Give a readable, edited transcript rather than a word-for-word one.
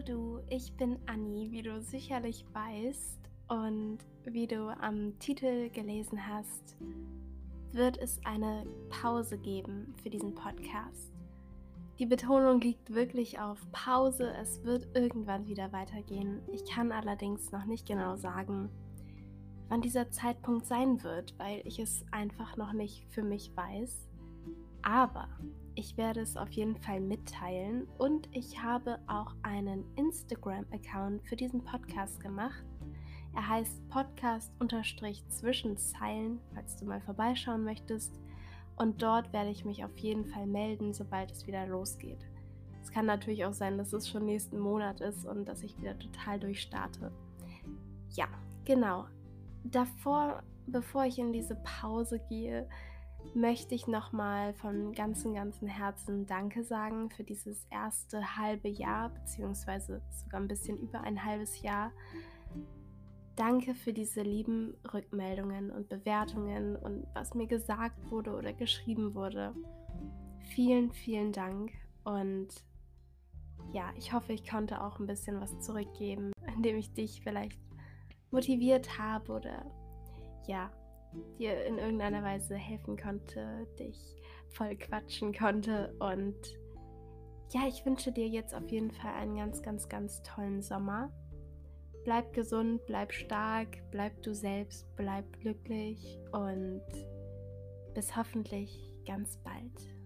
Hallo du, ich bin Anni, wie du sicherlich weißt, und wie du am Titel gelesen hast, wird es eine Pause geben für diesen Podcast. Die Betonung liegt wirklich auf Pause, es wird irgendwann wieder weitergehen. Ich kann allerdings noch nicht genau sagen, wann dieser Zeitpunkt sein wird, weil ich es einfach noch nicht für mich weiß. Aber ich werde es auf jeden Fall mitteilen und ich habe auch einen Instagram-Account für diesen Podcast gemacht. Er heißt Podcast_Zwischenzeilen, falls du mal vorbeischauen möchtest. Und dort werde ich mich auf jeden Fall melden, sobald es wieder losgeht. Es kann natürlich auch sein, dass es schon nächsten Monat ist und dass ich wieder total durchstarte. Ja, genau. Bevor ich in diese Pause gehe, möchte ich nochmal von ganzem Herzen Danke sagen für dieses erste halbe Jahr, beziehungsweise sogar ein bisschen über ein halbes Jahr. Danke für diese lieben Rückmeldungen und Bewertungen und was mir gesagt wurde oder geschrieben wurde. Vielen, vielen Dank und ja, ich hoffe, ich konnte auch ein bisschen was zurückgeben, indem ich dich vielleicht motiviert habe oder ja, dir in irgendeiner Weise helfen konnte, dich voll quatschen konnte. Und ja, ich wünsche dir jetzt auf jeden Fall einen ganz tollen Sommer. Bleib gesund, bleib stark, bleib du selbst, bleib glücklich und bis hoffentlich ganz bald.